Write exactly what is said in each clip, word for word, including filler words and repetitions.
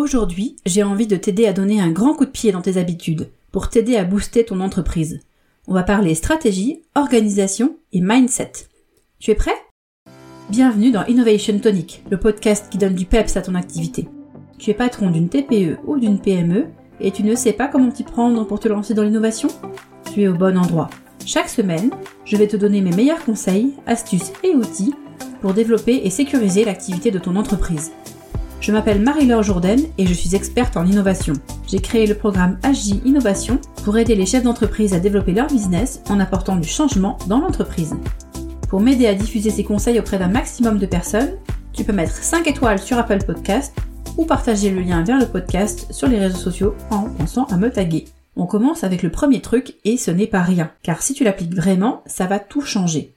Aujourd'hui, j'ai envie de t'aider à donner un grand coup de pied dans tes habitudes, pour t'aider à booster ton entreprise. On va parler stratégie, organisation et mindset. Tu es prêt ? Bienvenue dans Innovation Tonic, le podcast qui donne du peps à ton activité. Tu es patron d'une T P E ou d'une P M E et tu ne sais pas comment t'y prendre pour te lancer dans l'innovation ? Tu es au bon endroit. Chaque semaine, je vais te donner mes meilleurs conseils, astuces et outils pour développer et sécuriser l'activité de ton entreprise. Je m'appelle Marie-Laure Jourdain et je suis experte en innovation. J'ai créé le programme H J Innovation pour aider les chefs d'entreprise à développer leur business en apportant du changement dans l'entreprise. Pour m'aider à diffuser ces conseils auprès d'un maximum de personnes, tu peux mettre cinq étoiles sur Apple Podcast ou partager le lien vers le podcast sur les réseaux sociaux en pensant à me taguer. On commence avec le premier truc et ce n'est pas rien, car si tu l'appliques vraiment, ça va tout changer.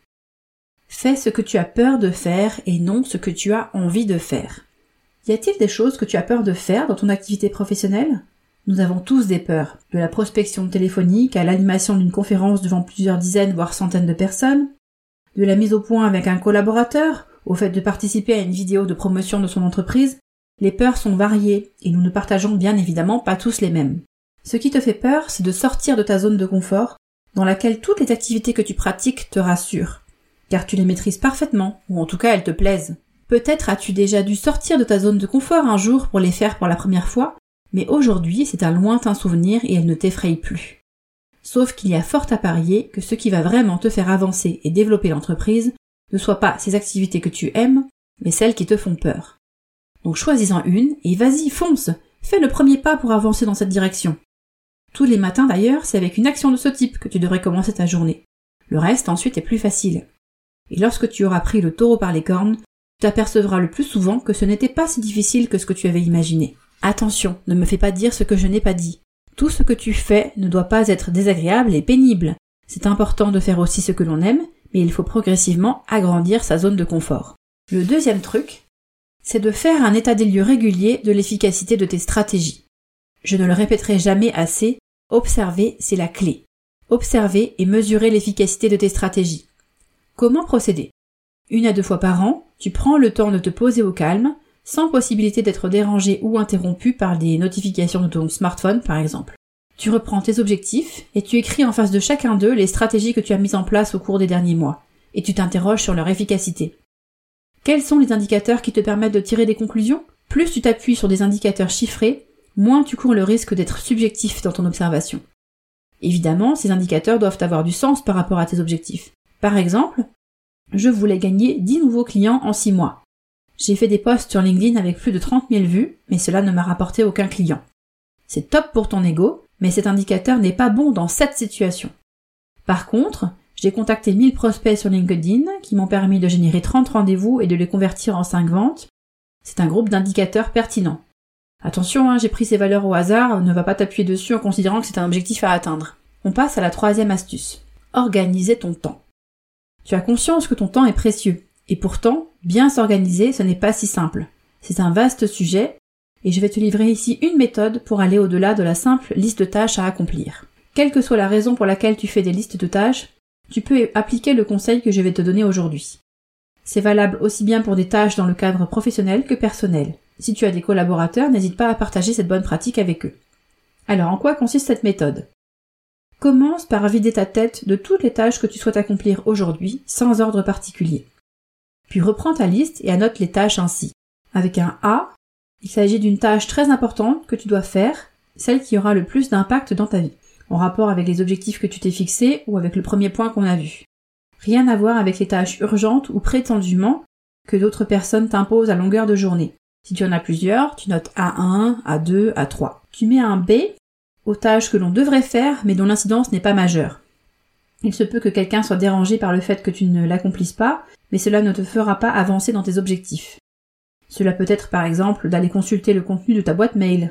Fais ce que tu as peur de faire et non ce que tu as envie de faire. Y a-t-il des choses que tu as peur de faire dans ton activité professionnelle ? Nous avons tous des peurs, de la prospection téléphonique à l'animation d'une conférence devant plusieurs dizaines voire centaines de personnes, de la mise au point avec un collaborateur, au fait de participer à une vidéo de promotion de son entreprise. Les peurs sont variées et nous ne partageons bien évidemment pas tous les mêmes. Ce qui te fait peur, c'est de sortir de ta zone de confort, dans laquelle toutes les activités que tu pratiques te rassurent, car tu les maîtrises parfaitement, ou en tout cas elles te plaisent. Peut-être as-tu déjà dû sortir de ta zone de confort un jour pour les faire pour la première fois, mais aujourd'hui c'est un lointain souvenir et elles ne t'effrayent plus. Sauf qu'il y a fort à parier que ce qui va vraiment te faire avancer et développer l'entreprise ne soit pas ces activités que tu aimes, mais celles qui te font peur. Donc choisis-en une et vas-y, fonce, fais le premier pas pour avancer dans cette direction. Tous les matins d'ailleurs, c'est avec une action de ce type que tu devrais commencer ta journée. Le reste ensuite est plus facile. Et lorsque tu auras pris le taureau par les cornes, tu t'apercevras le plus souvent que ce n'était pas si difficile que ce que tu avais imaginé. Attention, ne me fais pas dire ce que je n'ai pas dit. Tout ce que tu fais ne doit pas être désagréable et pénible. C'est important de faire aussi ce que l'on aime, mais il faut progressivement agrandir sa zone de confort. Le deuxième truc, c'est de faire un état des lieux régulier de l'efficacité de tes stratégies. Je ne le répéterai jamais assez, observer, c'est la clé. Observer et mesurer l'efficacité de tes stratégies. Comment procéder ? Une à deux fois par an, tu prends le temps de te poser au calme, sans possibilité d'être dérangé ou interrompu par des notifications de ton smartphone par exemple. Tu reprends tes objectifs et tu écris en face de chacun d'eux les stratégies que tu as mises en place au cours des derniers mois, et tu t'interroges sur leur efficacité. Quels sont les indicateurs qui te permettent de tirer des conclusions ? Plus tu t'appuies sur des indicateurs chiffrés, moins tu cours le risque d'être subjectif dans ton observation. Évidemment, ces indicateurs doivent avoir du sens par rapport à tes objectifs. Par exemple, je voulais gagner dix nouveaux clients en six mois. J'ai fait des posts sur LinkedIn avec plus de trente mille vues, mais cela ne m'a rapporté aucun client. C'est top pour ton ego, mais cet indicateur n'est pas bon dans cette situation. Par contre, j'ai contacté mille prospects sur LinkedIn qui m'ont permis de générer trente rendez-vous et de les convertir en cinq ventes. C'est un groupe d'indicateurs pertinents. Attention, hein, j'ai pris ces valeurs au hasard, ne va pas t'appuyer dessus en considérant que c'est un objectif à atteindre. On passe à la troisième astuce. Organiser ton temps. Tu as conscience que ton temps est précieux, et pourtant, bien s'organiser, ce n'est pas si simple. C'est un vaste sujet, et je vais te livrer ici une méthode pour aller au-delà de la simple liste de tâches à accomplir. Quelle que soit la raison pour laquelle tu fais des listes de tâches, tu peux appliquer le conseil que je vais te donner aujourd'hui. C'est valable aussi bien pour des tâches dans le cadre professionnel que personnel. Si tu as des collaborateurs, n'hésite pas à partager cette bonne pratique avec eux. Alors, en quoi consiste cette méthode ? Commence par vider ta tête de toutes les tâches que tu souhaites accomplir aujourd'hui, sans ordre particulier. Puis reprends ta liste et annote les tâches ainsi. Avec un A, il s'agit d'une tâche très importante que tu dois faire, celle qui aura le plus d'impact dans ta vie, en rapport avec les objectifs que tu t'es fixés ou avec le premier point qu'on a vu. Rien à voir avec les tâches urgentes ou prétendument que d'autres personnes t'imposent à longueur de journée. Si tu en as plusieurs, tu notes A un, A deux, A trois. Tu mets un B aux tâches que l'on devrait faire mais dont l'incidence n'est pas majeure. Il se peut que quelqu'un soit dérangé par le fait que tu ne l'accomplisses pas, mais cela ne te fera pas avancer dans tes objectifs. Cela peut être par exemple d'aller consulter le contenu de ta boîte mail.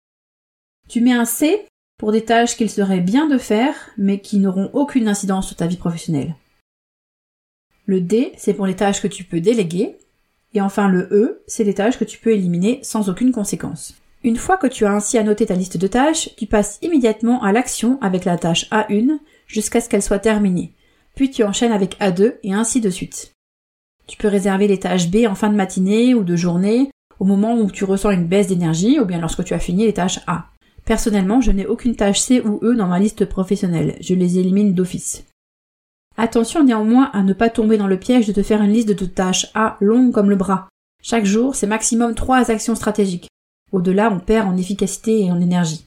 Tu mets un C pour des tâches qu'il serait bien de faire mais qui n'auront aucune incidence sur ta vie professionnelle. Le D, c'est pour les tâches que tu peux déléguer. Et enfin le E, c'est les tâches que tu peux éliminer sans aucune conséquence. Une fois que tu as ainsi annoté ta liste de tâches, tu passes immédiatement à l'action avec la tâche A un jusqu'à ce qu'elle soit terminée. Puis tu enchaînes avec A deux et ainsi de suite. Tu peux réserver les tâches B en fin de matinée ou de journée, au moment où tu ressens une baisse d'énergie ou bien lorsque tu as fini les tâches A. Personnellement, je n'ai aucune tâche C ou E dans ma liste professionnelle, je les élimine d'office. Attention néanmoins à ne pas tomber dans le piège de te faire une liste de tâches A longue comme le bras. Chaque jour, c'est maximum trois actions stratégiques. Au-delà, on perd en efficacité et en énergie.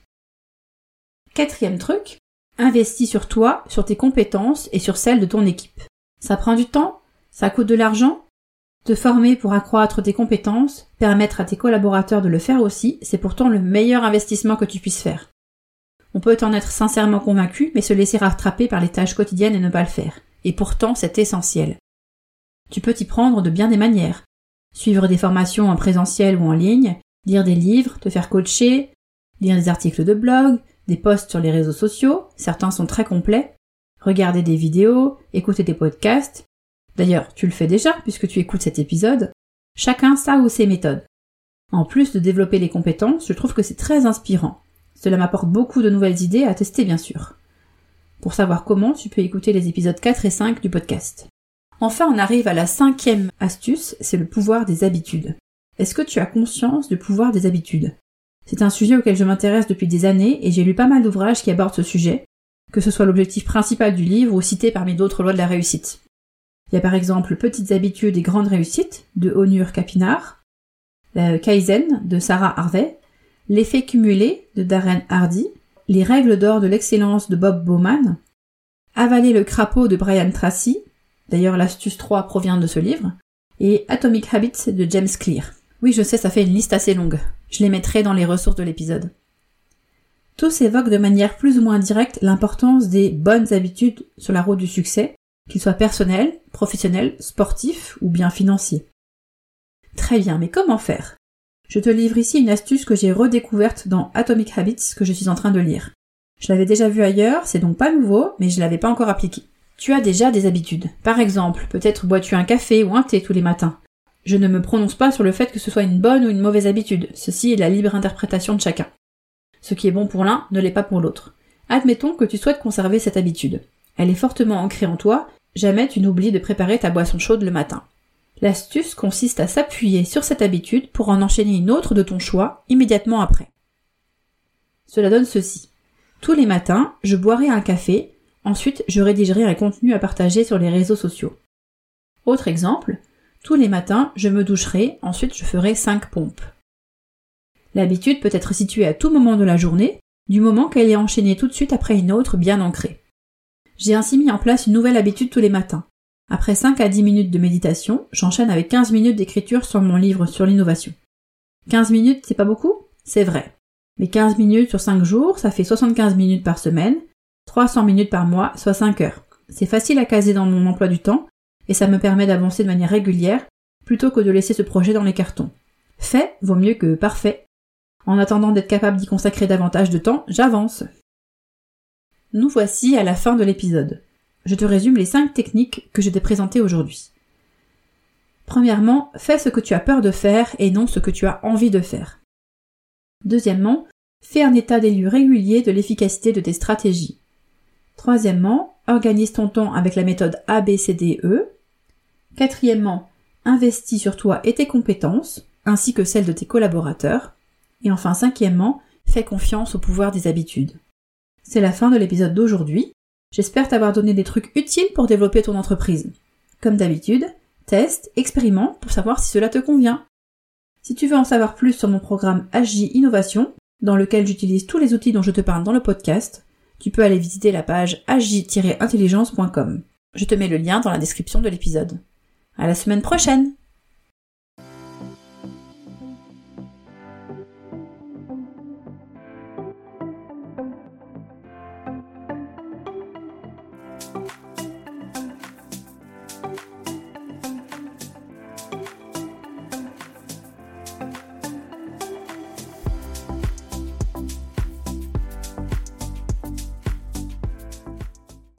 Quatrième truc, investis sur toi, sur tes compétences et sur celles de ton équipe. Ça prend du temps, ça coûte de l'argent. Te former pour accroître tes compétences, permettre à tes collaborateurs de le faire aussi, c'est pourtant le meilleur investissement que tu puisses faire. On peut en être sincèrement convaincu, mais se laisser rattraper par les tâches quotidiennes et ne pas le faire. Et pourtant, c'est essentiel. Tu peux t'y prendre de bien des manières. Suivre des formations en présentiel ou en ligne, lire des livres, te faire coacher, lire des articles de blog, des posts sur les réseaux sociaux, certains sont très complets, regarder des vidéos, écouter des podcasts. D'ailleurs, tu le fais déjà puisque tu écoutes cet épisode. Chacun sa ou ses méthodes. En plus de développer les compétences, je trouve que c'est très inspirant. Cela m'apporte beaucoup de nouvelles idées à tester bien sûr. Pour savoir comment, tu peux écouter les épisodes quatre et cinq du podcast. Enfin, on arrive à la cinquième astuce, c'est le pouvoir des habitudes. Est-ce que tu as conscience du pouvoir des habitudes ? C'est un sujet auquel je m'intéresse depuis des années et j'ai lu pas mal d'ouvrages qui abordent ce sujet, que ce soit l'objectif principal du livre ou cité parmi d'autres lois de la réussite. Il y a par exemple Petites habitudes et grandes réussites de Onur Kapinar, la Kaizen de Sarah Harvey, L'effet cumulé de Darren Hardy, Les règles d'or de l'excellence de Bob Bowman, Avaler le crapaud de Brian Tracy, d'ailleurs l'astuce trois provient de ce livre, et Atomic Habits de James Clear. Oui, je sais, ça fait une liste assez longue. Je les mettrai dans les ressources de l'épisode. Tous évoquent de manière plus ou moins directe l'importance des bonnes habitudes sur la route du succès, qu'ils soient personnels, professionnels, sportifs ou bien financiers. Très bien, mais comment faire ? Je te livre ici une astuce que j'ai redécouverte dans Atomic Habits que je suis en train de lire. Je l'avais déjà vue ailleurs, c'est donc pas nouveau, mais je l'avais pas encore appliqué. Tu as déjà des habitudes. Par exemple, peut-être bois-tu un café ou un thé tous les matins. Je ne me prononce pas sur le fait que ce soit une bonne ou une mauvaise habitude, ceci est la libre interprétation de chacun. Ce qui est bon pour l'un ne l'est pas pour l'autre. Admettons que tu souhaites conserver cette habitude. Elle est fortement ancrée en toi, jamais tu n'oublies de préparer ta boisson chaude le matin. L'astuce consiste à s'appuyer sur cette habitude pour en enchaîner une autre de ton choix immédiatement après. Cela donne ceci. Tous les matins, je boirai un café, ensuite je rédigerai un contenu à partager sur les réseaux sociaux. Autre exemple, tous les matins, je me doucherai, ensuite je ferai cinq pompes. L'habitude peut être située à tout moment de la journée, du moment qu'elle est enchaînée tout de suite après une autre bien ancrée. J'ai ainsi mis en place une nouvelle habitude tous les matins. Après cinq à dix minutes de méditation, j'enchaîne avec quinze minutes d'écriture sur mon livre sur l'innovation. quinze minutes, c'est pas beaucoup ? C'est vrai. Mais quinze minutes sur cinq jours, ça fait soixante-quinze minutes par semaine, trois cents minutes par mois, soit cinq heures. C'est facile à caser dans mon emploi du temps, et ça me permet d'avancer de manière régulière, plutôt que de laisser ce projet dans les cartons. Fait vaut mieux que parfait. En attendant d'être capable d'y consacrer davantage de temps, j'avance. Nous voici à la fin de l'épisode. Je te résume les cinq techniques que je t'ai présentées aujourd'hui. Premièrement, fais ce que tu as peur de faire et non ce que tu as envie de faire. Deuxièmement, fais un état des lieux régulier de l'efficacité de tes stratégies. Troisièmement, organise ton temps avec la méthode A B C D E. Quatrièmement, investis sur toi et tes compétences, ainsi que celles de tes collaborateurs. Et enfin, cinquièmement, fais confiance au pouvoir des habitudes. C'est la fin de l'épisode d'aujourd'hui. J'espère t'avoir donné des trucs utiles pour développer ton entreprise. Comme d'habitude, teste, expérimente pour savoir si cela te convient. Si tu veux en savoir plus sur mon programme H J Innovation, dans lequel j'utilise tous les outils dont je te parle dans le podcast, tu peux aller visiter la page h j tiret intelligence point com. Je te mets le lien dans la description de l'épisode. À la semaine prochaine!